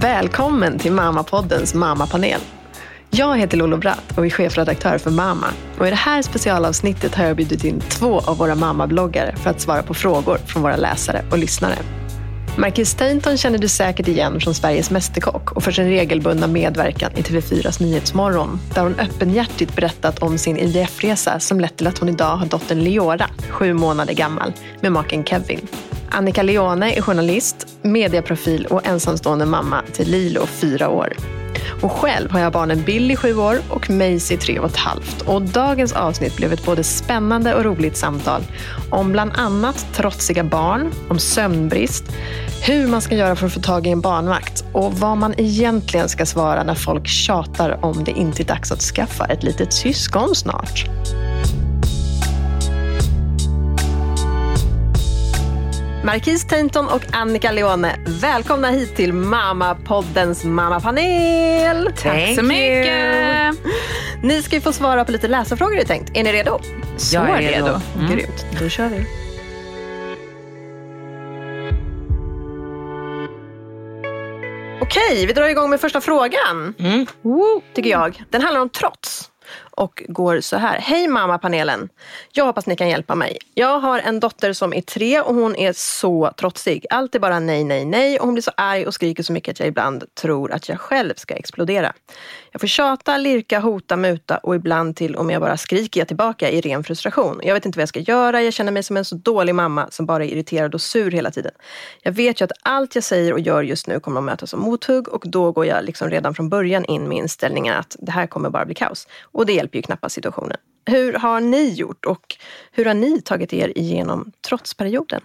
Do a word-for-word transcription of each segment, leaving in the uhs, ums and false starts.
Välkommen till Mamma-poddens mammapanel. Jag heter Lolo Bratt och är chefredaktör för Mamma. Och i det här specialavsnittet har jag bjudit in två av våra mammabloggare för att svara på frågor från våra läsare och lyssnare. Marquis Tainton känner du säkert igen från Sveriges Mästerkock och för sin regelbundna medverkan i T V fyras Nyhetsmorgon, där hon öppenhjärtigt berättat om sin I V F-resa som lett till att hon idag har dottern Leora, sju månader gammal, med maken Kevin. Annika Leone är journalist, mediaprofil och ensamstående mamma till Lilo, fyra år. Och själv har jag barnen Billy, sju år, och Maisie, tre och ett halvt. Och dagens avsnitt blev ett både spännande och roligt samtal om bland annat trotsiga barn, om sömnbrist, hur man ska göra för att få tag i en barnvakt och vad man egentligen ska svara när folk tjatar om det inte är dags att skaffa ett litet syskon snart. Marquis Tainton och Annika Leone, välkomna hit till Mamma-poddens mammapanel. Tack Thank så mycket. you. Ni ska ju få svara på lite läsarfrågor, är tänkt. Är ni redo? Så Jag är redo. redo. Mm. Grymt, då kör vi. Okej, vi drar igång med första frågan. Mm. Woo, tycker jag. Den handlar om trots och går så här. Hej mammapanelen. Jag hoppas ni kan hjälpa mig. Jag har en dotter som är tre och hon är så trotsig. Allt är bara nej, nej, nej. Och hon blir så arg och skriker så mycket att jag ibland tror att jag själv ska explodera. Jag får tjata, lirka, hota, muta och ibland till om jag bara skriker jag tillbaka i ren frustration. Jag vet inte vad jag ska göra. Jag känner mig som en så dålig mamma som bara är irriterad och sur hela tiden. Jag vet ju att allt jag säger och gör just nu kommer att mötas som mothugg och då går jag liksom redan från början in med inställningen att det här kommer bara bli kaos. Och det hjälper ju knappast situationen. Hur har ni gjort och hur har ni tagit er igenom trotsperioden?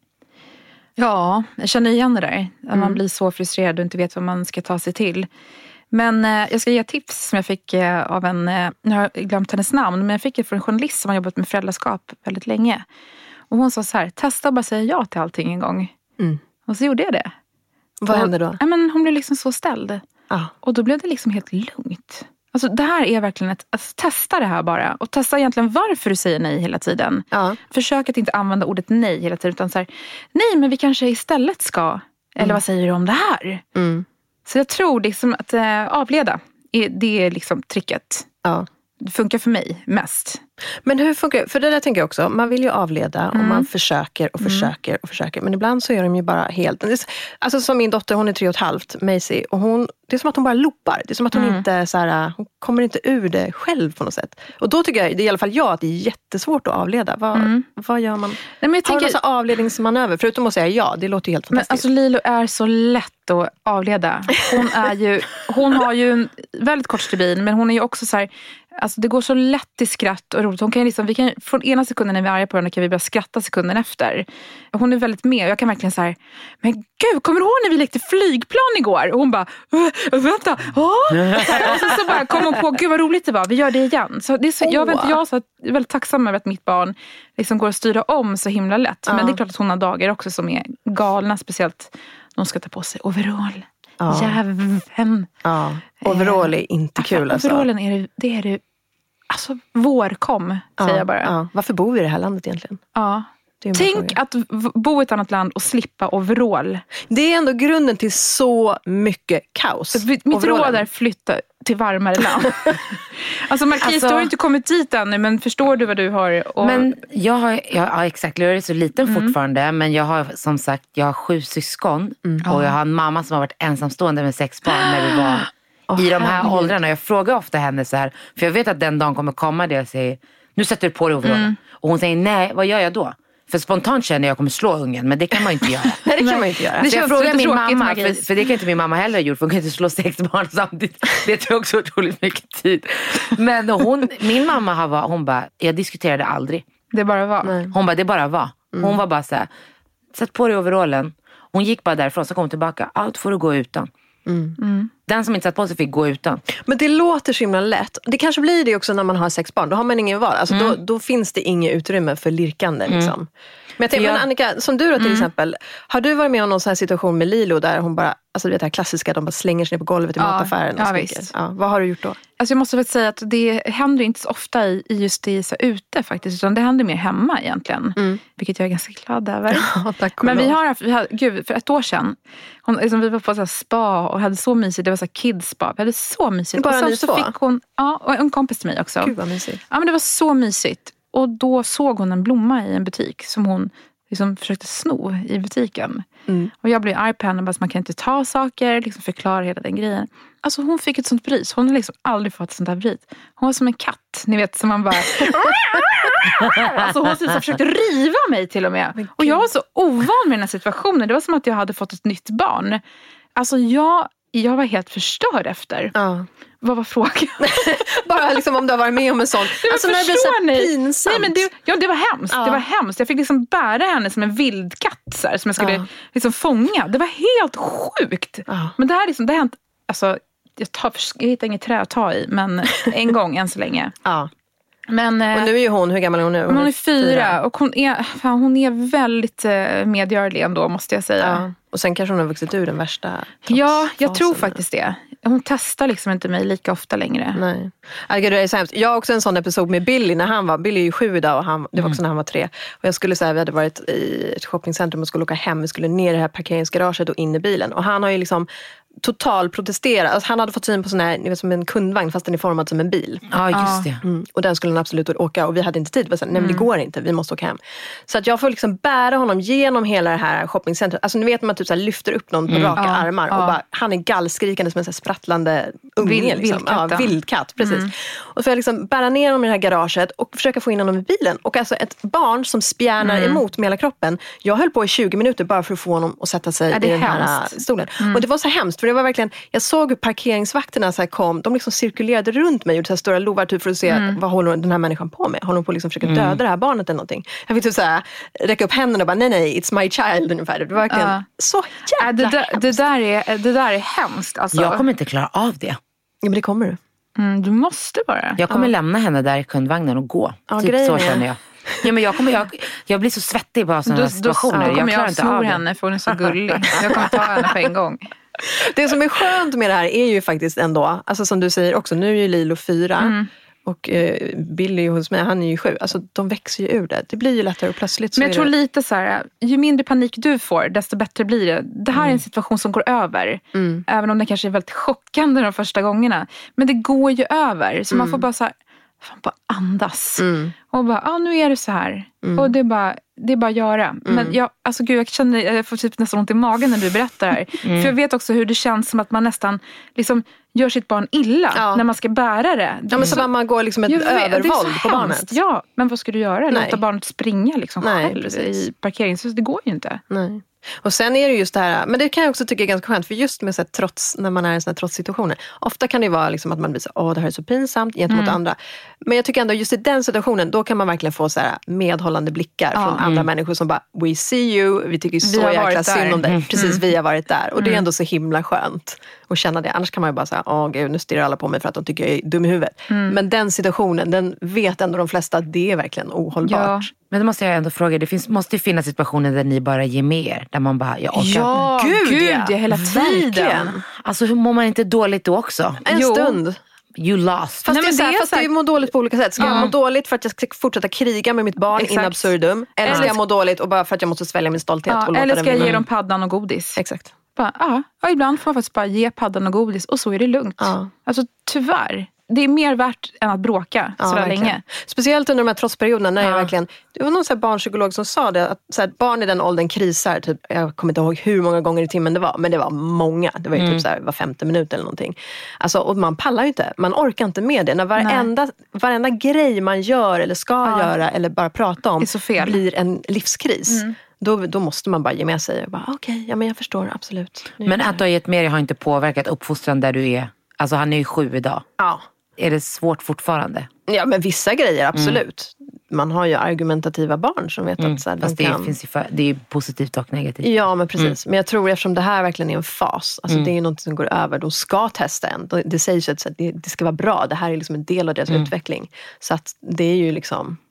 Ja, jag känner igen det där. Att Mm. man blir så frustrerad och inte vet vad man ska ta sig till. Men eh, jag ska ge tips som jag fick eh, av en, eh, jag har glömt hennes namn, men jag fick det från en journalist som har jobbat med föräldraskap väldigt länge. Och hon sa så här, testa bara säga ja till allting en gång. Mm. Och så gjorde jag det. Vad och, hände då? Ja, men hon blev liksom så ställd. Ah. Och då blev det liksom helt lugnt. Alltså det här är verkligen ett, att testa det här bara. Och testa egentligen varför du säger nej hela tiden. Ja. Försök att inte använda ordet nej hela tiden. Utan så här, nej men vi kanske istället ska. Eller Mm. vad säger du om det här? Mm. Så jag tror liksom att äh, avleda. Är, det är liksom tricket. Ja. Det funkar för mig mest. Men hur funkar, för det där tänker jag också, man vill ju avleda och Mm. man försöker och försöker och försöker, men ibland så är de ju bara helt, alltså som min dotter, hon är tre och ett halvt, Maisie, och hon, det är som att hon bara loopar, det är som att hon Mm. inte så här, hon kommer inte ur det själv på något sätt. Och då tycker jag, det är i alla fall jag, att det är jättesvårt att avleda. Vad, Mm. vad gör man? Nej, men jag Har tänker, du någon avledningsmanöver, förutom att säga ja, det låter ju helt men fantastiskt. alltså Lilo är så lätt att avleda. Hon, är ju, hon har ju en väldigt kort stubin, men hon är ju också så här. Alltså det går så lätt till skratt och roligt. Hon kan liksom, vi kan, från ena sekunden när vi är arga på henne kan vi börja skratta sekunden efter. Hon är väldigt med och jag kan verkligen så här, men gud, kommer du ihåg när vi lekte flygplan igår? Och hon bara, äh, vänta, åh! Och så, så bara kom hon på, gud vad roligt det var, vi gör det igen. Så det är så, jag, vet, jag är så väldigt tacksam över att mitt barn liksom går att styra om så himla lätt. Ja. Men det är klart att hon har dagar också som är galna, speciellt när hon ska ta på sig overall. Ja. Jäveln. Ja. Overall är inte kul alltså. Overallen är det, det är det. Alltså vårkom, säger Ja, jag bara. Ja. ja. Varför bor vi i det här landet egentligen? Det är en bra Tänk fråga. att v- bo i ett annat land och slippa overall. Det är ändå grunden till så mycket kaos. Mitt Overallen. råd är att flytta till varmare land. Alltså Marquis, Alltså- du har inte kommit dit ännu, men förstår du vad du har? Och, Men jag har, jag, ja exakt, jag är så liten Mm. fortfarande. Men jag har som sagt, jag har sju syskon. Och jag har en mamma som har varit ensamstående med sex barn när vi var Åh, i de här herregud. åldrarna. Jag frågar ofta henne så här, för jag vet att den dagen kommer komma där jag säger, nu sätter du på dig overallen. Mm. Och hon säger, nej, vad gör jag då? För spontant känner jag att jag kommer slå ungen, men det kan man inte göra. Nej, det kan man ju inte göra. Det Så jag känns frågar lite min tråkigt, mamma, Marquis. för, för det kan inte min mamma heller ha gjort, för hon kan inte slå sex barn samtidigt. Det tar också otroligt mycket tid. Men hon, min mamma har var, hon bara, jag diskuterade aldrig. det bara var. Nej. Hon bara, det bara var. Hon var bara så här, sätt på dig overallen. Hon gick bara därifrån, så kom hon tillbaka. Allt får du gå utan. Mm. Den som inte satt på sig fick gå utan. Men det låter så himla lätt. Det kanske blir det också när man har sex barn. Då har man ingen val. Alltså Mm. då, då finns det inget utrymme för lirkande. Liksom. Men, jag tänker, jag- men Annika, som du då till Mm. exempel. Har du varit med om någon sån här situation med Lilo där hon bara, alltså du vet det här klassiska, de bara slänger sig ner på golvet i Ja, mataffären och ja, skriker. visst. Ja, vad har du gjort då? Alltså jag måste väl säga att det händer inte så ofta i, i just det så ute faktiskt. Utan det händer mer hemma egentligen. Mm. Vilket jag är ganska glad över. Ja, tack och Men vi lov. har haft, vi har, gud, för ett år sedan. Hon, liksom, vi var på så här spa och hade så mysigt. Det var så här kids spa. Vi hade så mysigt. Bara och sen ni så två? fick hon, ja, och en kompis till mig också. Gud vad mysigt. Ja, men det var så mysigt. Och då såg hon en blomma i en butik som hon liksom försökte sno i butiken. Mm. Och jag blev arg på henne, bara, man kan inte ta saker, liksom förklara hela den grejen. Alltså hon fick ett sånt pris. Hon har liksom aldrig fått ett sånt här pris. Hon var som en katt, ni vet, som man bara... alltså hon så försökte riva mig till och med. Och jag var så ovan med den här situationen. Det var som att jag hade fått ett nytt barn. Alltså jag, jag var helt förstörd efter. Ja. Vad var frågan? Bara liksom om du har varit med om en sån. Alltså när det blir så ni? pinsamt. Nej, men det, ja, det var hemskt. Ja. Det var hemskt. Jag fick liksom bära henne som en vildkatt så här, som jag skulle Ja. liksom fånga. Det var helt sjukt. Ja. Men det här liksom, det har hänt, alltså, jag, tar, jag hittar inget trä att ta i, men en gång än så länge. Ja. Men, Och nu är ju hon, hur gammal är hon nu? hon, hon är fyra och hon är, fan, hon är väldigt eh, medgörlig ändå, måste jag säga. Ja. Och sen kanske hon har vuxit ur den värsta Ja, jag tror fasen. faktiskt det. Hon testar liksom inte mig lika ofta längre. Nej. Alltså, det är så hemskt. Jag har också en sån episod med Billy när han var, Billy är ju sju idag och han, det var också när han var tre. Och jag skulle säga, vi hade varit i ett shoppingcentrum och skulle åka hem. Vi skulle ner i det här parkeringsgaraget och in i bilen. Och han har ju liksom total protesterat. Alltså, han hade fått syn på sån här, ni vet, som en kundvagn fast den är formad som en bil. Ja, just det. Mm. Och den skulle han absolut åka och vi hade inte tid. Vi sa, nej men det går inte, vi måste åka hem. Så att jag får liksom bära honom genom hela det här shoppingcentret. Alltså ni vet när man typ så här lyfter upp någon på raka Ja, armar ja. och bara, han är gallskrikande som en så här sprattlande unge. Vild- liksom. vildkatt, Ja, ja. vildkatt, precis. Och så får jag liksom bära ner honom i det här garaget och försöka få in honom i bilen. Och alltså ett barn som spjärnar emot med hela kroppen. Jag höll på i tjugo minuter bara för att få honom att sätta sig Ja, det i är den här hemskt. stolen. Och det var så hemskt för det var verkligen, jag såg hur parkeringsvakterna så här kom, de liksom cirkulerade runt mig och gjorde så här stora lovar typ för att se Mm. vad håller den här människan på med. Håller hon på att liksom försöka döda det här barnet eller någonting? Jag fick typ så här räcka upp händerna och bara nej nej, it's my child ungefär. Det var verkligen Ja. så Äh, jävla det, där, hemskt. det, där är, det där är hemskt. Alltså. Jag kommer inte klara av det. Ja men det kommer du. Mm, du måste bara. Jag kommer lämna henne där i kundvagnen och gå. Ja, typ grejen så är- känner jag. Ja, men jag, kommer, jag, jag blir så svettig på sådana Då, här då, situationer. då jag kommer klarar jag inte snor av det. henne för hon är så gullig. Jag kommer ta henne på en gång. Det som är skönt med det här är ju faktiskt ändå, alltså som du säger också, nu är ju Lilo fyra Mm. och eh, Billy hos mig, han är ju sju. Alltså de växer ju ur det. Det blir ju lättare och plötsligt så Men jag är tror det... lite så här, ju mindre panik du får, desto bättre blir det. Det här är en situation som går över. Mm. Även om det kanske är väldigt chockande de första gångerna. Men det går ju över. Så man får bara så här, fan, bara andas. Mm. Och bara, ja ah, nu är det så här. Och det är bara, det är bara att göra. Men jag, alltså gud, jag känner, jag får typ nästan ont i magen när du berättar det här. För jag vet också hur det känns som att man nästan liksom gör sitt barn illa Ja. när man ska bära det. Ja men så bara man går liksom ett Jag vet, det är så övervåld på barnet. hemskt. Ja, men vad ska du göra? Nej. Låta barnet springa liksom Nej, själv precis. i parkeringshuset? Det går ju inte. Nej. Och sen är det just det här, men det kan jag också tycka är ganska skönt, för just med så här, trots, när man är i såna här trotssituationer, ofta kan det vara liksom att man blir så, åh det här är så pinsamt gentemot Mm. andra. Men jag tycker ändå just i den situationen, då kan man verkligen få så här medhållande blickar Ja. från andra människor som bara, we see you, vi tycker så har jäkla varit synd där. om dig. Mm. Precis, vi har varit där. Och det är ändå så himla skönt att känna det. Annars kan man ju bara säga, åh gud, nu stirrar alla på mig för att de tycker jag är dum i huvudet. Mm. Men den situationen, den vet ändå de flesta att det är verkligen ohållbart. Ja. Men då måste jag ändå fråga, det finns, måste ju finnas situationer där ni bara ger med er. Där man bara, jag orkar inte. Ja, Gud, gud, ja. ja. hela tiden. Verkligen. Alltså hur mår man inte dåligt då också? En Jo. stund. You lost. Fast Nej, det är men så här, det är fast så här- det är må dåligt på olika sätt. Ska jag må dåligt för att jag ska fortsätta kriga med mitt barn in Exakt. absurdum? Eller ska Ja. jag må dåligt och bara för att jag måste svälja min stolthet och Ja, låta eller den ska jag vinna? ge dem paddan och godis? Exakt. Bara, ja, ja, ibland får man faktiskt bara ge paddan och godis och så är det lugnt. Ja. Alltså tyvärr. Det är mer värt än att bråka Ja, sådär verkligen. länge. Speciellt under de här trotsperioderna när jag Ja. verkligen, det var någon så här barnpsykolog som sa det, att så här, barn i den åldern krisar, typ, jag kommer inte ihåg hur många gånger i timmen det var, men det var många, det var ju typ så här var femte minut eller någonting. Alltså, och man pallar ju inte, man orkar inte med det. När varenda, varenda grej man gör eller ska Ja. göra eller bara prata om Det är så fel. blir en livskris. Då, då måste man bara ge med sig och bara, okej, okay, ja men jag förstår, absolut. Nu Men gör att du har gett med dig har inte påverkat uppfostran där du är. Alltså han är ju sju idag. Ja. Är det svårt fortfarande? Ja, men vissa grejer, absolut. Man har ju argumentativa barn som vet att så här, de Fast det, kan... finns ju för, det är ju positivt och negativt. Ja, men precis. Men jag tror eftersom det här verkligen är en fas, alltså det är ju något som går över, de ska testa en. Det sägs ju att så här, det, det ska vara bra, det här är liksom en del av deras utveckling. Så att det är ju liksom...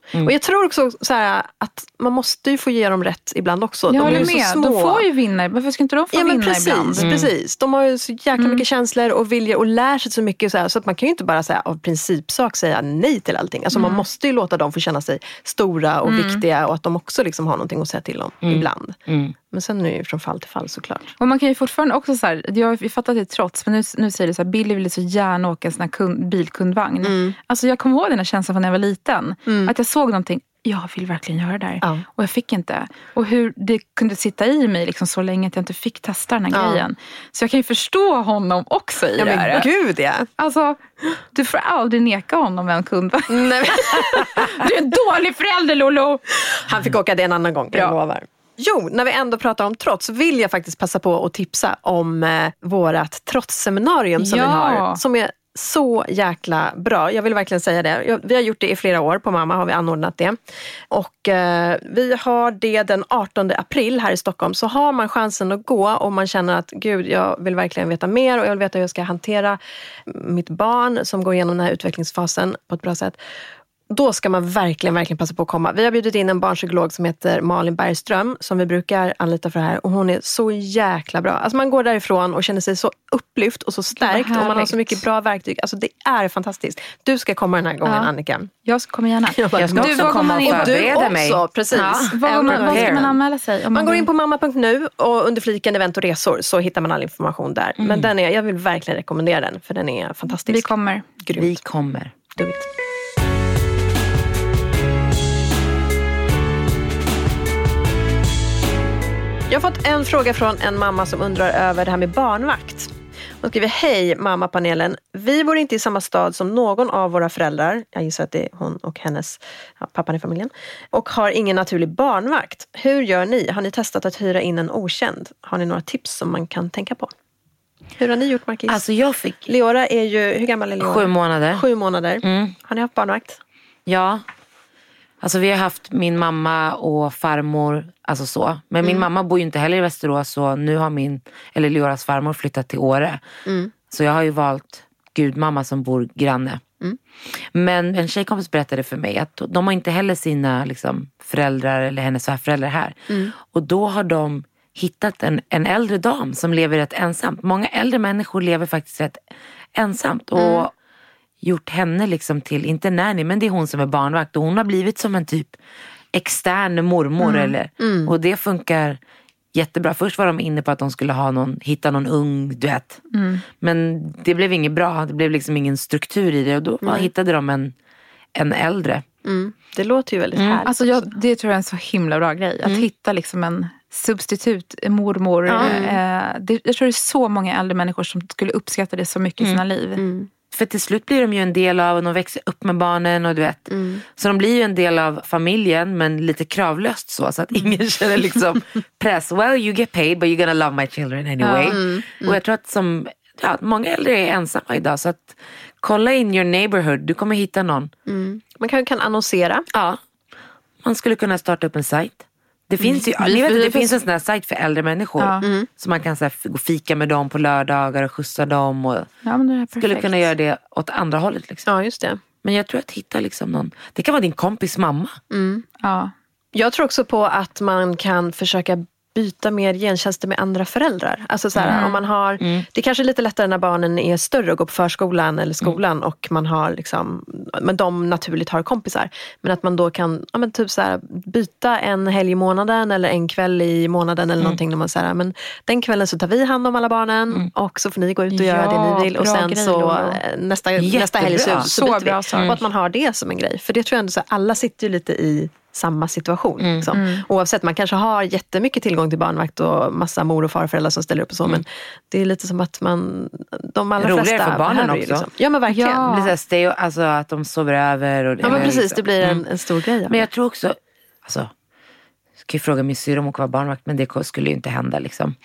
Mm. Och jag tror också så här, att man måste ju få ge dem rätt ibland också. Jag de håller är ju med. så små. De får ju vinna. Varför ska inte de få ja, men vinna precis, ibland? Mm. Precis. De har ju så jäkla mm. mycket känslor och viljor och lär sig så mycket. Så, här, så att man kan ju inte bara säga, av principsak säga nej till allting. Alltså mm. man måste ju låta dem få känna sig stora och mm. viktiga. Och att de också liksom har någonting att säga till om mm. ibland. Mm. Men sen är det ju från fall till fall såklart. Och man kan ju fortfarande också så här, jag, jag fattar att det är trots, men nu, nu säger det så här, Billy ville så gärna åka en sån här kund, bilkundvagn. Mm. Alltså jag kommer ihåg den här känslan från när jag var liten. Mm. Att jag såg någonting, jag vill verkligen göra det där. Ja. Och jag fick inte. Och hur det kunde sitta i mig liksom så länge att jag inte fick testa den här ja. grejen. Så jag kan ju förstå honom också i ja, det här. Men gud ja. Alltså, du får aldrig neka honom en kundvagn. Nej. Du är en dålig förälder, Lolo. Han fick åka det en annan gång, jag lovar. Jo, när vi ändå pratar om trots vill jag faktiskt passa på att tipsa om eh, vårat trotsseminarium som ja. vi har. Som är så jäkla bra. Jag vill verkligen säga det. Jag, vi har gjort det i flera år. På Mamma har vi anordnat det. Och eh, vi har det den artonde april här i Stockholm. Så har man chansen att gå och man känner att gud, jag vill verkligen veta mer och jag vill veta hur jag ska hantera mitt barn som går igenom den här utvecklingsfasen på ett bra sätt. Då ska man verkligen, verkligen passa på att komma. Vi har bjudit in en barnpsykolog som heter Malin Bergström som vi brukar anlita för det här. Och hon är så jäkla bra. Alltså man går därifrån och känner sig så upplyft och så stärkt. Och man har så mycket bra verktyg. Alltså det är fantastiskt. Du ska komma den här gången, ja. Annika. Jag ska komma gärna. Jag, jag ska du, också komma och förbereda mig. Också, precis. Ja. Vad, man, vad ska man anmäla sig? Man, man går in på mamma punkt nu och under fliken event och resor så hittar man all information där. Mm. Men den är, jag vill verkligen rekommendera den för den är fantastisk. Vi kommer. Grymt. Vi kommer. Du vet. Jag har fått en fråga från en mamma som undrar över det här med barnvakt. Hon skriver, hej mammapanelen. Vi bor inte i samma stad som någon av våra föräldrar. Jag gissar att det är hon och hennes, ja, pappan i familjen. Och har ingen naturlig barnvakt. Hur gör ni? Har ni testat att hyra in en okänd? Har ni några tips som man kan tänka på? Hur har ni gjort, Marquis? Alltså jag fick... Leora är ju, hur gammal är Leora? Sju månader. Sju månader. Mm. Har ni haft barnvakt? Ja. Alltså vi har haft min mamma och farmor, alltså så. Men mm. min mamma bor ju inte heller i Västerås så nu har min, eller Leoras farmor flyttat till Åre. Mm. Så jag har ju valt gudmamma som bor granne. Mm. Men en tjejkompis berättade för mig att de har inte heller sina liksom, föräldrar eller hennes svärföräldrar här. Mm. Och då har de hittat en, en äldre dam som lever rätt ensamt. Många äldre människor lever faktiskt rätt ensamt och... Mm. gjort henne liksom till, inte nanny, men det är hon som är barnvakt och hon har blivit som en typ extern mormor mm. eller, mm. och det funkar jättebra. Först var de inne på att de skulle ha någon, hitta någon ung duett mm. men det blev inget bra, det blev liksom ingen struktur i det och då mm. hittade de en, en äldre. Mm. Det låter ju väldigt mm. härligt. Alltså jag, det tror jag är en så himla bra grej, att mm. hitta liksom en substitut, en mormor. Mm. Eh, det, jag tror det är så många äldre människor som skulle uppskatta det så mycket mm. i sina liv. Mm. För till slut blir de ju en del av, och de växer upp med barnen och du vet. Mm. Så de blir ju en del av familjen, men lite kravlöst så. Så att ingen känner liksom press. Well, you get paid, but you're gonna love my children anyway. Mm. Mm. Och jag tror att som, ja, många äldre är ensamma idag. Så att kolla in your neighborhood, du kommer hitta någon. Mm. Man kan, kan annonsera. Ja, man skulle kunna starta upp en sajt. Det finns ju, mm. ni vet att det finns en sån här sajt för äldre människor. Ja. Mm. Så man kan så här, gå och fika med dem på lördagar och skjutsa dem. Och ja, men det är skulle kunna göra det åt andra hållet. Liksom. Ja, just det. Men jag tror att hitta liksom någon, det kan vara din kompis mamma. Mm. Ja. Jag tror också på att man kan försöka byta mer gentjänster med andra föräldrar. Alltså så här, mm. om man har, mm. det är kanske lite lättare när barnen är större och går på förskolan eller skolan mm. och man har liksom, men de naturligt har kompisar. Men att man då kan, ja men typ så här, byta en helg i månaden eller en kväll i månaden eller mm. någonting när man säger, men den kvällen så tar vi hand om alla barnen mm. och så får ni gå ut och ja, göra det ni vill och sen grej, så då. nästa, nästa helg så, så, så byter bra, vi. Och att man har det som en grej. För det tror jag ändå så här, alla sitter ju lite i samma situation. Mm. Liksom. Mm. Oavsett, man kanske har jättemycket tillgång till barnvakt och massa mor- och farföräldrar som ställer upp och så, mm. men det är lite som att man, de allra roligare flesta för barnen också. Liksom. Ja, men verkligen. Ja. Det blir så här stay, alltså att de sover över. Och det ja, men precis. Liksom. Det blir en, mm. en stor grej. Men jag tror också, alltså, jag kan ju fråga min syra om hon kan vara barnvakt, men det skulle ju inte hända liksom.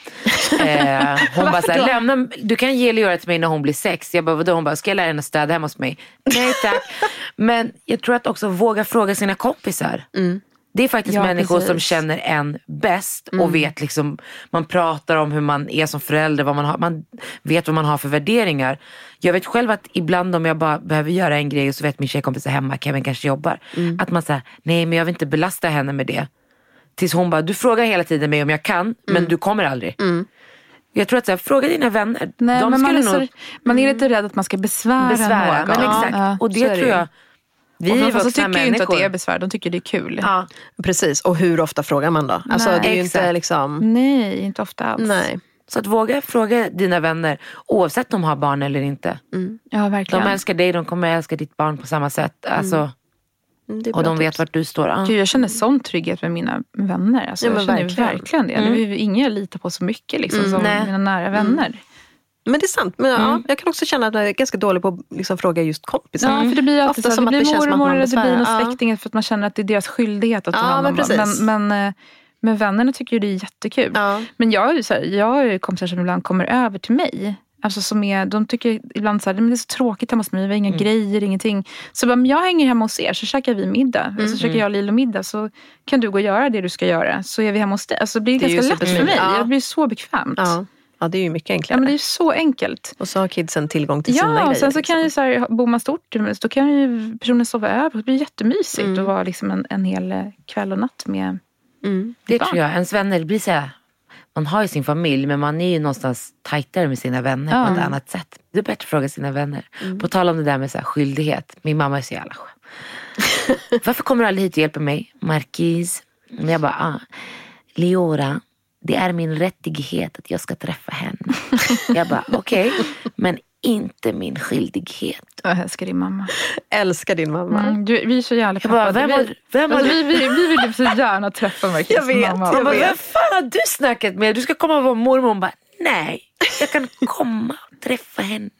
eh, hon bara såhär, lämna, du kan ge Leora till mig när hon blir sex. Jag bara, vadå? Hon bara, ska jag lära henne städa hemma hos mig? Nej tack. Men jag tror att också våga fråga sina kompisar. Mm. Det är faktiskt Ja, människor precis. som känner en bäst och Mm. vet liksom, man pratar om hur man är som förälder, vad man har, man vet vad man har för värderingar. Jag vet själv att ibland om jag bara behöver göra en grej och så vet min tjejkompis är hemma, Kevin kanske jobbar, Mm. att man säger, nej men jag vill inte belasta henne med det. Tills hon bara, du frågar hela tiden mig om jag kan, men du kommer aldrig. Mm. Jag tror att så här, fråga dina vänner. Nej, De men man, är skulle nog så, man är lite rädd att man ska besvära, besvära. någon. Men exakt, Ja, och så det är tror ju. jag, vi Och är fast så vuxna tycker ju inte människor. att det är besvär, de tycker det är kul. Ja. Precis, och hur ofta frågar man då? Alltså Nej. det är ju Exakt. inte liksom... Nej, inte ofta alls. Nej. Så att våga fråga dina vänner, oavsett om de har barn eller inte. Ja, verkligen. De älskar dig, de kommer älska ditt barn på samma sätt. Alltså, Mm, det är och bra de vet tips. vart du står. Ja. Gud, jag känner sån trygghet med mina vänner. Alltså, Ja, jag men känner verkligen. verkligen, verkligen det. Det är ingen jag litar på så mycket liksom, Mm, som nej. mina nära vänner. Men det är sant. Men, ja, jag kan också känna att jag är ganska dålig på att liksom, fråga just kompisar. Ja, för det blir alltid Ofta så. som Det att blir det känns som att mormor man eller det blir besvärar. någon Ja. släkting för att man känner att det är deras skyldighet att ta Ja, hand om men dem. precis. Men, men, eh, men vännerna tycker ju det är jättekul. Ja. Men jag, är ju så här, jag har ju kompisar som ibland kommer över till mig. Alltså som är, de tycker ibland så här, men det är så tråkigt hemma hos mig, vi har inga grejer, ingenting. Så bara, men jag hänger hemma hos er, så käkar vi middag. Mm. Så käkar jag och Lilo middag, så kan du gå och göra det du ska göra. Så är vi hemma hos dig. Alltså det blir Det är ju ganska lätt för supersmidigt. mig. Ja. Det blir så bekvämt. Ja. Ja. ja, det är ju mycket enklare. men det är så enkelt. Och så har kidsen tillgång till sina Ja, grejer. och sen så kan liksom. ju så här, bor man stort, då kan ju personen sova över. Det blir jättemysigt Mm. att vara liksom en, en hel eh, kväll och natt med. Mm. Det barn. tror jag. Ens vänner, det blir så här, man har ju sin familj, men man är ju någonstans tajtare med sina vänner Ja. på ett annat sätt. Det är bättre att fråga sina vänner. På tal om det där med så här, skyldighet. Min mamma är så jävla skön. Varför kommer du aldrig hit och hjälper mig? Marquis. Men jag bara, ah, Leora, det är min rättighet att jag ska träffa henne. Jag bara, okej, okay, men inte min skyldighet. Jag älskar din mamma. Älskar din mamma. Mm, du, vi är så jävla Jag bara, peppade. vem har, vi, vem har alltså, du? vi, vi, vi vill så gärna träffa Marquis Jag vet, mamma. jag Jag bara, vet. vem fan har du snackat med? Du ska komma och vara mormor. Hon bara, nej, jag kan komma och träffa henne.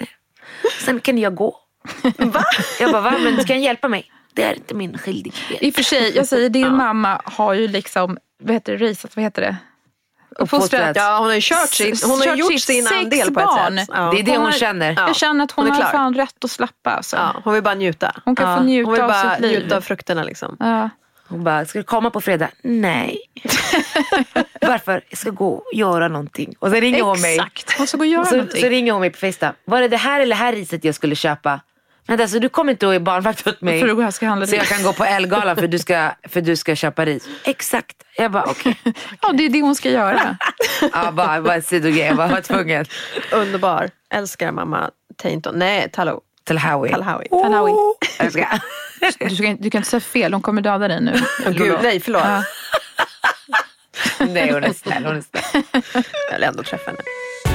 Sen kan jag gå. Va? Jag bara, va? Men du kan hjälpa mig. Det är inte min skyldighet. I och för sig, jag säger, din mamma har ju liksom, vad heter det, raceat, vad heter det? Uppfostrat. Ja, hon har ju kört sin, hon har kört gjort sitt sin sex andel på ett barn. sätt. Ja. Det är det hon, Hon har- känner. Ja. Jag känner att hon, hon är har klar. fan rätt att släppa. Alltså. Ja, hon vill bara njuta. Hon kan Ja. få njuta Hon vill av bara sitt liv. njuta av frukterna liksom. Ja. Hon bara, ska du komma på fredag? Nej. Varför? Jag ska gå och göra någonting. Och så ringer hon mig. Exakt, hon ska gå och göra Så, någonting. så ringer hon mig på FaceTime. Var det det här eller det här riset jag skulle köpa? Men alltså, du kommer inte att ge barnvakt åt mig. För att gå här ska handla Så jag ris. kan gå på Elgalan för du ska, för du ska köpa ris. Exakt. Jag bara, okej. Okay. Ja, det är det hon ska göra. Ja, bara, bara en sidogrej. Jag bara var tvungen. Underbar. Älskar mamma Tainton. Nej, Talo. Till Howie. Talhawi. Talawi. Jag ska. Du, ska, du kan inte säga fel, hon kommer döda dig nu. Oh, gud, nej, förlåt. Ja. Nej, hon är snäll. Hon är snäll. Jag vill ändå träffa henne.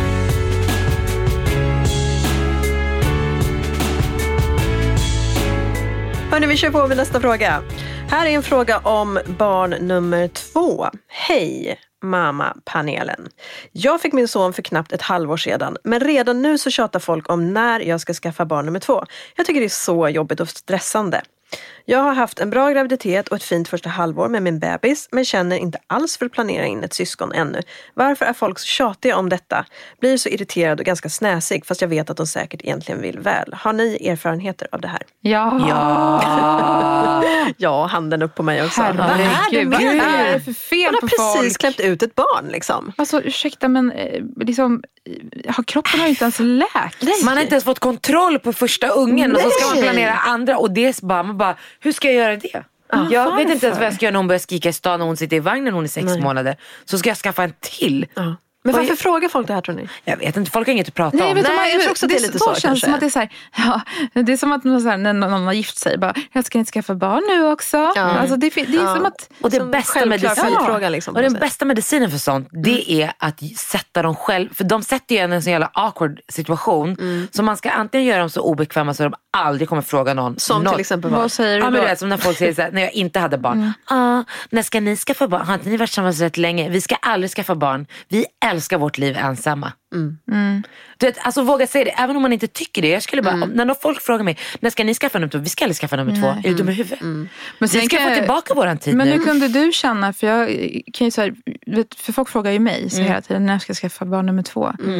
Hörrni, vi kör på med nästa fråga. Här är en fråga om barn nummer två. Hej, mamma-panelen. Jag fick min son för knappt ett halvår sedan, men redan nu så tjatar folk om när jag ska skaffa barn nummer två. Jag tycker det är så jobbigt och stressande. Jag har haft en bra graviditet och ett fint första halvår med min bebis, men känner inte alls för att planera in ett syskon ännu. Varför är folk så tjatiga om detta? Blir så irriterad och ganska snäsig, fast jag vet att de säkert egentligen vill väl. Har ni erfarenheter av det här? Ja. Ja. Ja, handen upp på mig också. Herregud, vad är det för fel Hon på har precis folk? klämt ut ett barn liksom. Alltså ursäkta, men eh, liksom, eh, har kroppen har ju inte ens läkt. Man har inte ens fått kontroll på första ungen. Och så ska man Nej. planera andra. Och det är bara, man bara, hur ska jag göra det? Ah, jag varför? vet inte ens vad jag ska göra när hon börjar skrika i stan och hon sitter i vagnen hon är sex Nej. månader. Så ska jag skaffa en till. Ja. Men Vad varför är- frågar folk det här, tror ni? Jag vet inte, folk har inget att prata Nej, om. vet du, Nej, man, jag tror också att det är lite så, känns kanske. som att det är så här, ja, det är som att man, så här, när någon har gift sig bara, jag ska inte skaffa barn nu också. Ja. Alltså, det, det är Ja. som att Och det Som bästa självklar medicinen, följdfråga, liksom, och den på något sätt. bästa medicinen för sånt, det är att sätta dem själv, för de sätter ju en i en så jävla awkward situation. Så man ska antingen göra dem så obekväma så de aldrig kommer fråga någon. Som något. till exempel vad? vad säger Ja, du men då? det är som när folk säger så här, när jag inte hade barn. Ah, när ska ni skaffa barn? Har inte ni varit tillsammans rätt länge? Vi ska aldrig skaffa barn. Vi älskar vårt liv ensamma. Mm. Du vet, alltså våga säga det, även om man inte tycker det. Jag skulle bara, om, när folk frågar mig, när ska ni skaffa nummer två? Vi ska aldrig skaffa nummer två. Är du dum i huvudet? Men Vi sen ska kan få jag- tillbaka våran tid Men nu. hur kunde du känna, för jag kan ju så här, vet, för folk frågar ju mig så hela tiden, när jag ska skaffa barn nummer två.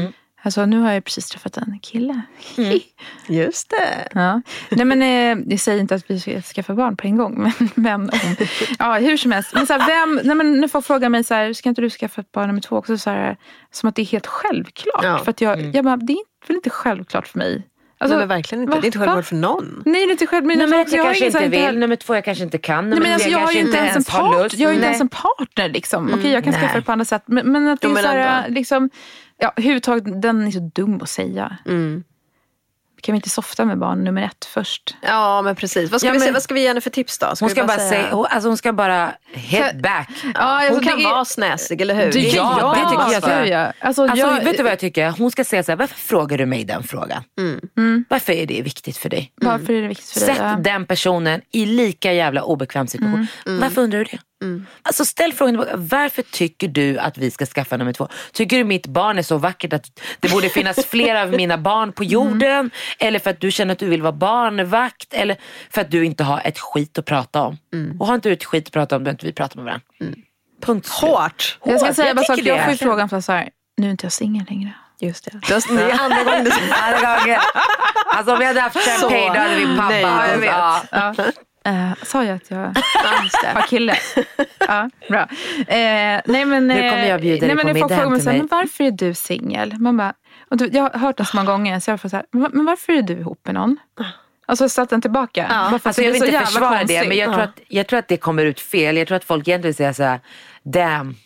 Alltså nu har jag precis träffat en kille. Mm. Just det. Ja. Nej men eh, jag säger inte att vi ska skaffa barn på en gång. Men, men om, ja, hur som helst. Men så här, vem, nej, men nu får fråga mig så här, ska inte du skaffa ett barn nummer två också? Så här, som att det är helt självklart. Ja. För att jag, Mm. jag bara, det är väl inte självklart för mig. Alltså, nej, men verkligen inte. va? Det är inte självklart för någon. Nej, det är inte självklart. Men Nummer ett, jag, jag kanske har inte ingen- vill. Nummer två, jag kanske inte kan. Nummer Nej, men alltså, tre, jag har kanske ju inte ens en har part, lust. jag har ju inte Nej. ens en partner liksom. Okej, jag kan Nej. skaffa det på andra sätt. Men, men att det Jo, är men så här, ändå. liksom, ja, huvudtaget, den är så dum att säga. Mm. Kan vi inte softa med barn nummer ett först? Ja, men precis. Vad ska, Ja, vi, men- se, vad ska vi ge henne för tips då? Hon vi ska bara säga- säga, hon- alltså hon ska bara hit back. Ja, alltså, hon kan det är- vara snäsig, eller hur? Det, är ja, jag. det tycker jag så. gud, ja. Alltså, Alltså, jag, vet du vad jag tycker? Hon ska säga så här, varför frågar du mig den frågan? Mm. Varför är det viktigt för dig? Varför är det viktigt för dig? Sätt Ja. den personen i lika jävla obekväm situation. Varför undrar du det? Alltså ställ frågan tillbaka. Varför tycker du att vi ska skaffa nummer två? Tycker du mitt barn är så vackert att det borde finnas fler av mina barn på jorden? Eller för att du känner att du vill vara barnvakt? Eller för att du inte har ett skit att prata om? Och har inte du ett skit att prata om, då inte vi pratar med varandra. Punkt slut. Hårt. Jag ska Hårt, säga jag bara så att tycker jag det. får ju frågan för så här, nu är inte jag singel längre. Just det. Just, det är andra gången du Alla gånger. Alltså om vi hade haft champagne då hade vi pappa. Nej, Ja, jag vet. Ja. Ja. Uh, sa jag att jag har kille? Ja, bra. Uh, nej, men, Nu kommer jag bjuda dig nej, men på folk middag frågar hem mig till så här, mig. men varför är du singel? Man bara, och du, jag har hört det så många gånger, så jag får så här, men men varför är du ihop med någon? Alltså satt den tillbaka. Ja. Bara för att Alltså det jag är vill så inte jävla försvara det, konstigt. men jag tror, att, jag tror att det kommer ut fel. Jag tror att folk egentligen säger så här: damn,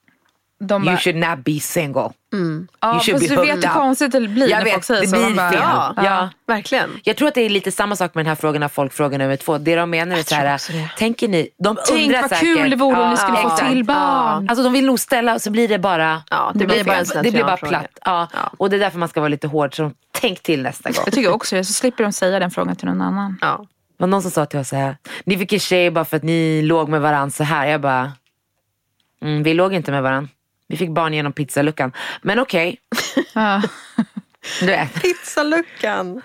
De bara, you should not be single. ja, you should fast be du vet hooked hur up. konstigt det blir Jag när vet, folk säger det så. blir Man bara, fel. Ja, Ja. verkligen. Jag tror att det är lite samma sak med den här frågan när folk frågar nummer två. Det de menar är så här, tänker ni, de Tänk undrar vad säkert. kul det vore om vi skulle få exakt. till barn. Alltså de vill nog ställa och så blir det bara, Ja, det det blir blir bara en bara, det blir bara slentrianfråga. platt. Ja. Ja. Och det är därför man ska vara lite hård, så tänk till nästa gång. Jag tycker också det, så slipper de säga den frågan till någon annan. Ja. Det var någon som sa till oss så här: ni fick en tjej bara för att ni låg med varandra så här. Jag bara, mm, vi låg inte med varandra. Vi fick barn genom pizzaluckan. Men okej, Ja. du vet, Pizzaluckan.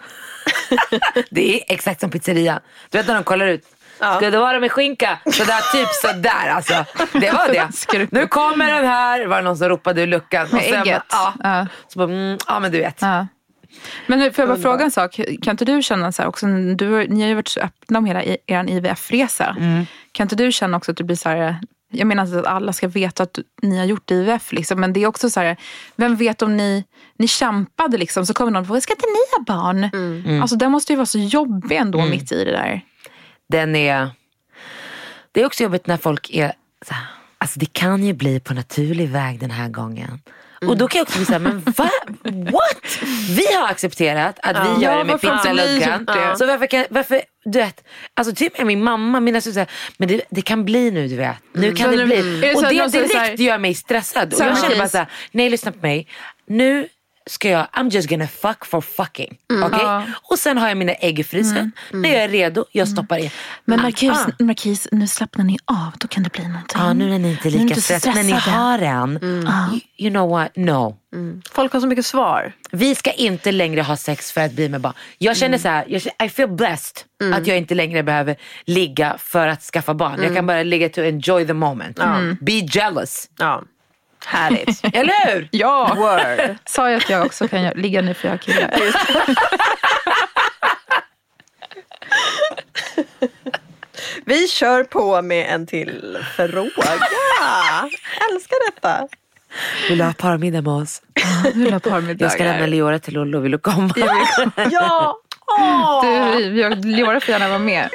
det är exakt som pizzeria. Du vet när de kollar ut, Ja. ska det vara med skinka? Sådär, typ sådär alltså. Det var det. Ska du- Nu kommer den här, var det någon som ropade ur luckan. Med Och sen ägget. Bara, ja. Ja. Så bara, mm, ja men du vet. Ja. Men nu, får jag bara fråga en sak? Kan inte du känna så här också, du, ni har ju varit så öppna om hela er I V F-resa. Mm. Kan inte du känna också att du blir så här, jag menar inte att alla ska veta att ni har gjort I V F liksom, men det är också så här, vem vet om ni, ni kämpade liksom, så kommer någon på, ska inte ni ha barn? Mm. Alltså den måste ju vara så jobbig ändå mitt i det där. Den är, det är också jobbigt när folk är så här, alltså det kan ju bli på naturlig väg den här gången. Och då kan jag också bli såhär, men va? What? Vi har accepterat att vi Ja, gör det med varför har inte ni pizzaluggan. gjort det? Så varför kan, varför, du vet, alltså typ med min mamma, mina systrar, men det, det kan bli nu, du vet. Nu kan Så det nu- bli. är det Och så att det någon säger direkt så här- gör mig stressad. Och Samma jag känner bara case. såhär, nej lyssna på mig. Nu ska jag, I'm just gonna fuck for fucking. Okej? Ja. Och sen har jag mina ägg i frysen. När jag är redo, jag stoppar in. Men Ah, Marquis, ah. Marquis, nu slappnar ni av, då kan det bli någonting. Ja, nu är ni inte Nu är lika så stressade. Men ni stressade. har en. You, you know what? No. Folk har så mycket svar. Vi ska inte längre ha sex för att bli med barn. Jag känner så här, jag känner, I feel blessed att jag inte längre behöver ligga för att skaffa barn. Jag kan bara ligga to enjoy the moment. Be jealous. Ja. Härligt. Eller hur? Ja, Word. sa jag att jag också kan göra- ligga nu för jag har killar. Vi kör på med en till fråga. Älskar detta. Vill du ha parmiddag med oss? Nu la parmiddagar. Jag ska lämna Leora till Lollo. Vill du komma? Ja. Åh. Du, jag, Leora får gärna vara med.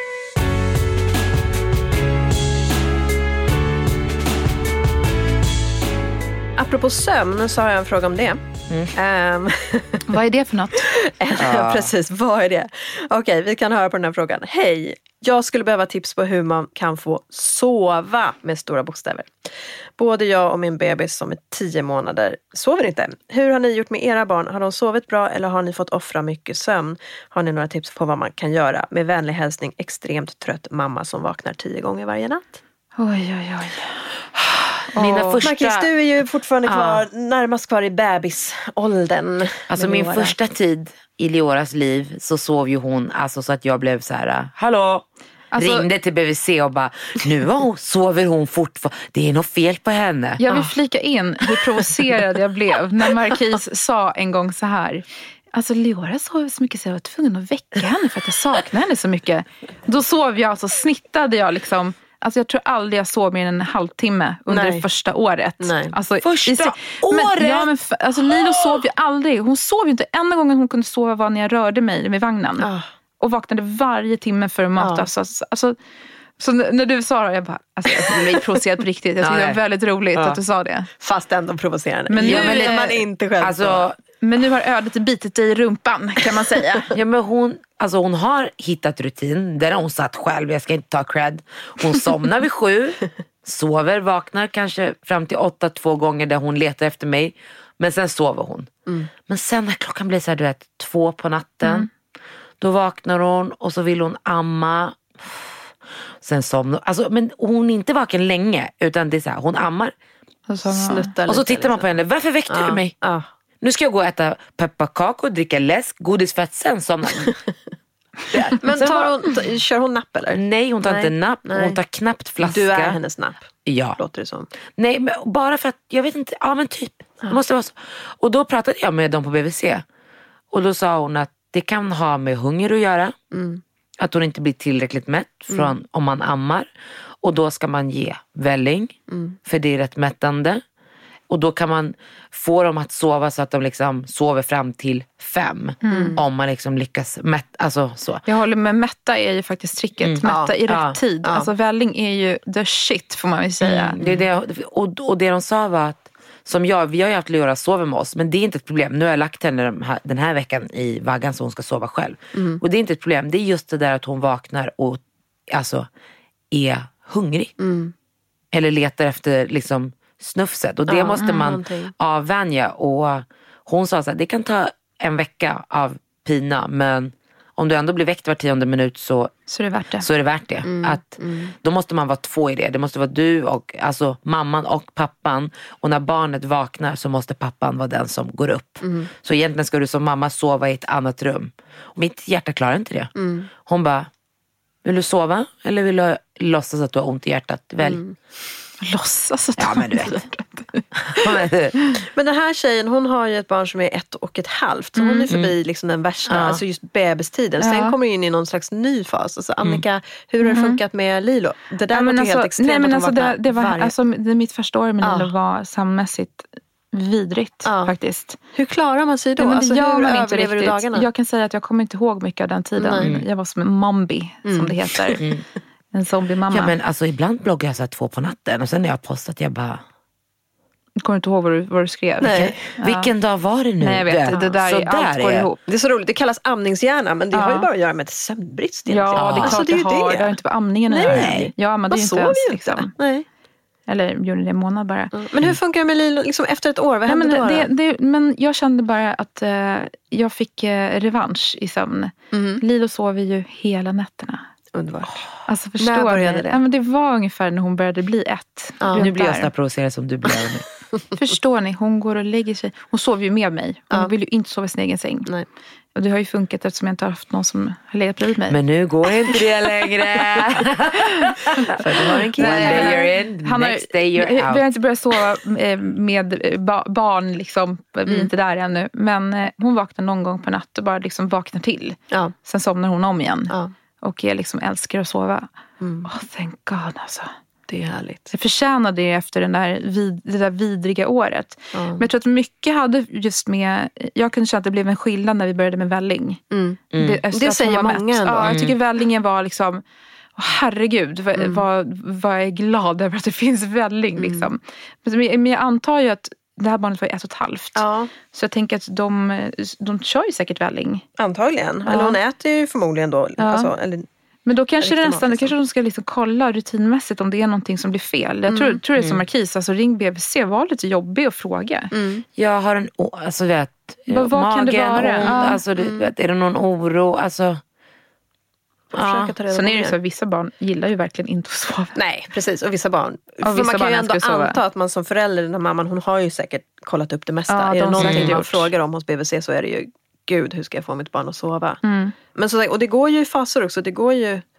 Apropå sömn så har jag en fråga om det. Ehm, Vad är det för något? ja, precis, vad är det? Okej, vi kan höra på den här frågan. Hej, jag skulle behöva tips på hur man kan få sova med stora bokstäver. Både jag och min bebis som är tio månader sover inte. Hur har ni gjort med era barn? Har de sovit bra eller har ni fått offra mycket sömn? Har ni några tips på vad man kan göra? Med vänlig hälsning, extremt trött mamma som vaknar tio gånger varje natt. Oj, oj, oj. Mina första... Marcus, du är ju fortfarande kvar, närmast kvar i bebisåldern. Alltså med min Leora. första tid i Leoras liv så sov ju hon alltså så att jag blev så här: hallå, Alltså, ringde till B V C och bara, nu hon, sover hon fortfarande. Det är något fel på henne. Jag vill flika in hur provocerad jag blev när Marquis sa en gång så här. Alltså Leora sov så mycket så jag var tvungen att väcka henne för att jag saknar henne så mycket. Då sov jag, alltså snittade jag liksom. Alltså jag tror aldrig jag sov mer än en halvtimme under Nej. det första året. Nej. Alltså, Första i, men, året? Ja, men alltså Lilo sov ju aldrig. Hon sov ju inte. Enda gången hon kunde sova var när jag rörde mig med vagnen. Ah. Och vaknade varje timme för att matas. Ah. Alltså, alltså, så när du sa det, jag bara, alltså jag blev provocerad på riktigt. Jag tyckte Ja, det var väldigt roligt ja. att du sa det. Fast ändå provocerande. Men nu ja, men är- man inte själv Alltså, Men nu har ödet bitit dig i rumpan, kan man säga. ja, men hon, alltså hon har hittat rutin. Där har hon satt själv, jag ska inte ta cred. Hon somnar vid sju, sover, vaknar kanske fram till åtta två gånger där hon letar efter mig. Men sen sover hon. Mm. Men sen när klockan blir så här, du vet, två på natten. Mm. Då vaknar hon och så vill hon amma. Sen somnar alltså, men hon är inte vaken länge. Utan det är så här, hon ammar. Och så, snuttar Och så lite, tittar man på henne, varför väckte Ja, du mig? ja. Nu ska jag gå och äta pepparkakor, dricka läsk, godis för att sen somna. Men Sen tar var- hon, t- kör hon napp eller? Nej, hon tar Nej. inte napp. Nej. Hon tar knappt flaska. Du är hennes napp, Ja. låter det som. Nej, men bara för att, jag vet inte, ja men typ. Det måste vara så. Och då pratade jag med dem på B V C. Och då sa hon att det kan ha med hunger att göra. Mm. Att hon inte blir tillräckligt mätt från Mm. om man ammar. Och då ska man ge välling. Mm. För det är rätt mättande. Och då kan man få dem att sova så att de liksom sover fram till fem. Mm. Om man liksom lyckas mätta, alltså så. Jag håller med, mätta är ju faktiskt tricket. Mm. Mätta Ja, i rätt ja, tid. ja. Alltså välling är ju the shit, får man väl säga. Mm. Det är det, och, och det de sa var att, som jag, vi har ju haft Leora sova med oss, men det är inte ett problem. Nu har jag lagt henne den här, den här veckan i vaggan så hon ska sova själv. Mm. Och det är inte ett problem, det är just det där att hon vaknar och alltså är hungrig. Mm. Eller letar efter liksom snufset. Och det Ja, måste mm, man någonting. avvänja. Och hon sa så här, det kan ta en vecka av pina, men om du ändå blir väckt var tionde minut så Så det är värt det. så är det värt det. Att, Då måste man vara två i det. Det måste vara du och alltså mamman och pappan. Och när barnet vaknar så måste pappan vara den som går upp. Så egentligen ska du som mamma sova i ett annat rum. Och mitt hjärta klarar inte det. Hon bara, vill du sova? Eller vill du låtsas att du har ont i hjärtat? Välj. Mm. Låtsas att Ja, men du vet. Men den här tjejen, hon har ju ett barn som är ett och ett halvt. Så hon är förbi liksom den värsta, Ja. alltså just bebistiden. Sen Ja. kommer hon in i någon slags ny fas. Alltså, Annika, hur har det funkat med Lilo? Det där Ja, var men ju alltså, helt extremt nej, men att alltså, hon det, vaknade det var, varje... alltså, det, mitt första år med Ja. Lilo var sammässigt vidrigt Ja. faktiskt. Hur klarar man sig då? Nej, men det Alltså, gör hur man inte överlever du riktigt. dagarna? Jag kan säga att jag kommer inte ihåg mycket av den tiden. Nej. Jag var som en mombi, som det heter. En zombiemamma. Ja, men alltså ibland bloggar jag så här två på natten. Och sen när jag har postat, jag bara, Jag kommer inte ihåg vad du, vad du skrev. Nej. vilken dag var det nu? Nej, jag vet. Det där, Så är, allt går är. ihop. Det är så roligt, det kallas amningshjärna, men det Ja. har ju bara att göra med ett sömnbrist Ja, egentligen. det är klart Alltså, det är ju jag har. det. Det har inte på amningen att Nej. göra. Jag ammade Man ju inte sover ens. ju inte. Liksom. Nej. Eller gjorde det en månad bara. Men hur funkar det med Lilo liksom efter ett år? Vad Nej, hände men, då? det, då? det, men jag kände bara att eh, jag fick eh, revansch i sömn. Mhm. Lilo sov ju hela nätterna. Underbart. Alltså förstår När började ni? det? Ja, men det var ungefär när hon började bli ett. Ja. Runt Nu blir jag där. så här provocerad som du blir nu. Förstår ni? Hon går och lägger sig. Hon sover ju med mig. Hon Ja. vill ju inte sova i sin egen säng. Nej. Och det har ju funkat eftersom jag inte har haft någon som har legat bredvid mig. Men nu går inte det längre. För du har en kille. One day you're in, Han har, next day vi you're har out. inte börjat sova eh, med ba- barn, liksom. Vi är Mm. inte där ännu. Men eh, hon vaknar någon gång på natt och bara liksom vaknar till. Ja. Sen somnar hon om igen. Ja. Och jag liksom älskar att sova. Mm. Oh, thank God alltså. Det är härligt. Jag förtjänade det efter den där vid, det där vidriga året. Ja. Men jag tror att mycket hade just med... Jag kunde känna att det blev en skillnad när vi började med välling. Mm. Mm. Det, Det att säger hon var många mätt. ändå. Ja, jag tycker Mm. vällingen var liksom... Åh, herregud, vad, Mm. vad, vad jag är glad över att det finns välling. Liksom. Men, men jag antar ju att det här barnet var ett och ett halvt. Ja, Så jag tänker att de, de kör ju säkert välling. antagligen. Ja. Eller hon äter ju förmodligen då. Ja. Alltså, eller, Men då kanske det Riktig nästan, mat, då kanske de ska liksom kolla rutinmässigt om det är någonting som blir fel. Jag tror, Mm. tror det är som Marquis, alltså ring B V C, var lite jobbig att fråga. mm. Jag har en, o- alltså vet, Vad- vad kan det magen, vara? ont, Ja. alltså du vet, är det någon oro, alltså. Försöka ta reda Sen på är det mer. så att vissa barn gillar ju verkligen inte att sova. Nej, precis. Och vissa barn. För vissa man kan barn ju ändå älskar att sova. anta att man som förälder, den här mamman, hon har ju säkert kollat upp det mesta. Ja, är de det har någonting säkert man gjort. frågar om hos B V C så är det ju, gud, hur ska jag få mitt barn att sova? Mm. Men så, och det går ju i faser också. Det går ju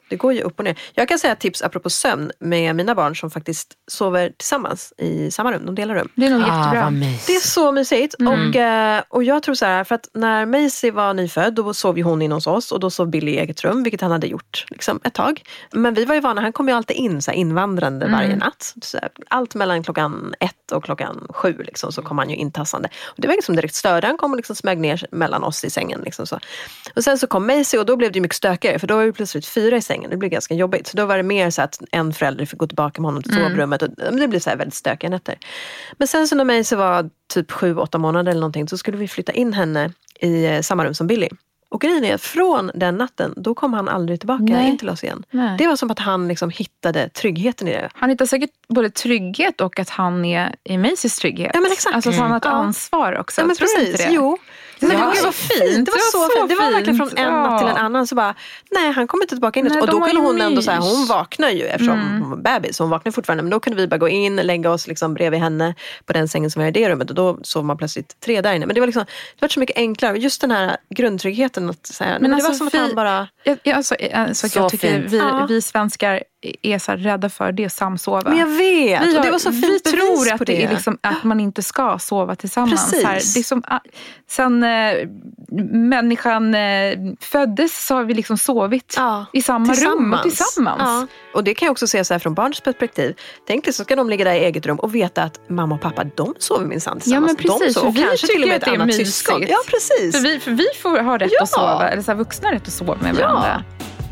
Det går ju upp och ner. Jag kan säga tips apropå sömn med mina barn som faktiskt sover tillsammans i samma rum. De delar rum. Det är nog Ah, jättebra. vad mysigt. Det är så mysigt. Mm. Och, eh, och jag tror så här, för att när Maisie var nyfödd, då sov ju hon in hos oss. Och då sov Billy i eget rum, vilket han hade gjort liksom, ett tag. Men vi var ju vana, han kom ju alltid in så här, invandrande Mm. varje natt. Så här, allt mellan klockan ett och klockan sju liksom, så kom han ju intassande. Och det var liksom direkt större. Han kom och liksom smög ner mellan oss i sängen. Liksom, så. Och sen så kom Maisie och då blev det ju mycket stökigare. För då var vi plötsligt fyra i sängen. Det blev ganska jobbigt. Så då var det mer så att en förälder fick gå tillbaka med honom till sovrummet. Och det blev så här väldigt stökiga nätter. Men sen så när Maisie var typ sju, åtta månader eller någonting, så skulle vi flytta in henne i samma rum som Billy. Och grejen är att från den natten, då kom han aldrig tillbaka Nej. in till oss igen. Nej. Det var som att han liksom hittade tryggheten i det. Han hittar säkert både trygghet och att han är i Macy's trygghet. Ja, men exakt. Alltså att han har ett Mm. ansvar också. Ja, men Tror du precis. inte det? Jo. Men Men det det var var så fint. Det var så fint. Det var verkligen från en Ja. natt till en annan så bara, nej han kommer inte tillbaka in. Nej, och de då har kunde ju hon ändå så här, mys. hon vaknar ju eftersom Mm. hon var bebis. Så hon vaknar fortfarande. Men då kunde vi bara gå in, lägga oss liksom bredvid henne på den sängen som var i det rummet. Och då sov man plötsligt tre där inne. Men det var liksom, det var så mycket enklare. Just den här grundtryggheten. Att, så här, men, Men det alltså, var som att vi- han bara... Jag, jag, alltså, alltså, Så jag tycker fint. vi, Ja. vi svenskar är så här rädda för det, samsova. Men jag vet. Vi, och har, det var så fint vi bevis tror på att det är liksom, att man inte ska sova tillsammans. Precis. Här. Det är som, ah, sen eh, människan eh, föddes så har vi liksom sovit Ja, i samma rum och tillsammans. Ja. Och det kan jag också se så här från barns perspektiv. Tänk dig så ska de ligga där i eget rum och veta att mamma och pappa, de sover minsann Ja, men tillsammans. precis, De för sover, vi kanske till och tycker med att ett det är annat mysigt. syskon. Ja, precis. För vi, för vi får ha rätt Ja. att sova, eller så här, vuxna har rätt att sova med varandra.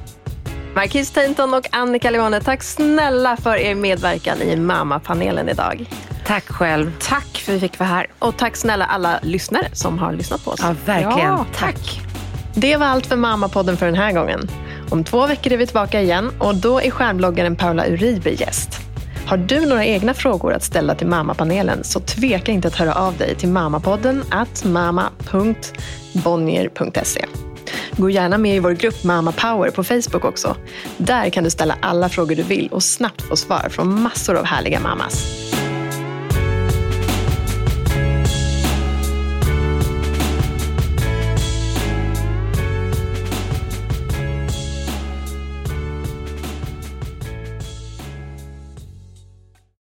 Marquis Tainton och Annika Leone, tack snälla för er medverkan i Mamma-panelen idag. Tack själv. Tack för att vi fick vara här. Och tack snälla alla lyssnare som har lyssnat på oss. Ja, verkligen. Ja, tack. Det var allt för Mamma-podden för den här gången. Om två veckor är vi tillbaka igen och då är stjärnbloggaren Paula Uribe gäst. Har du några egna frågor att ställa till Mamma-panelen så tveka inte att höra av dig till mammapodden at mamma punkt bonnier punkt se. Gå gärna med i vår grupp Mamma Power på Facebook också. Där kan du ställa alla frågor du vill och snabbt få svar från massor av härliga mammas.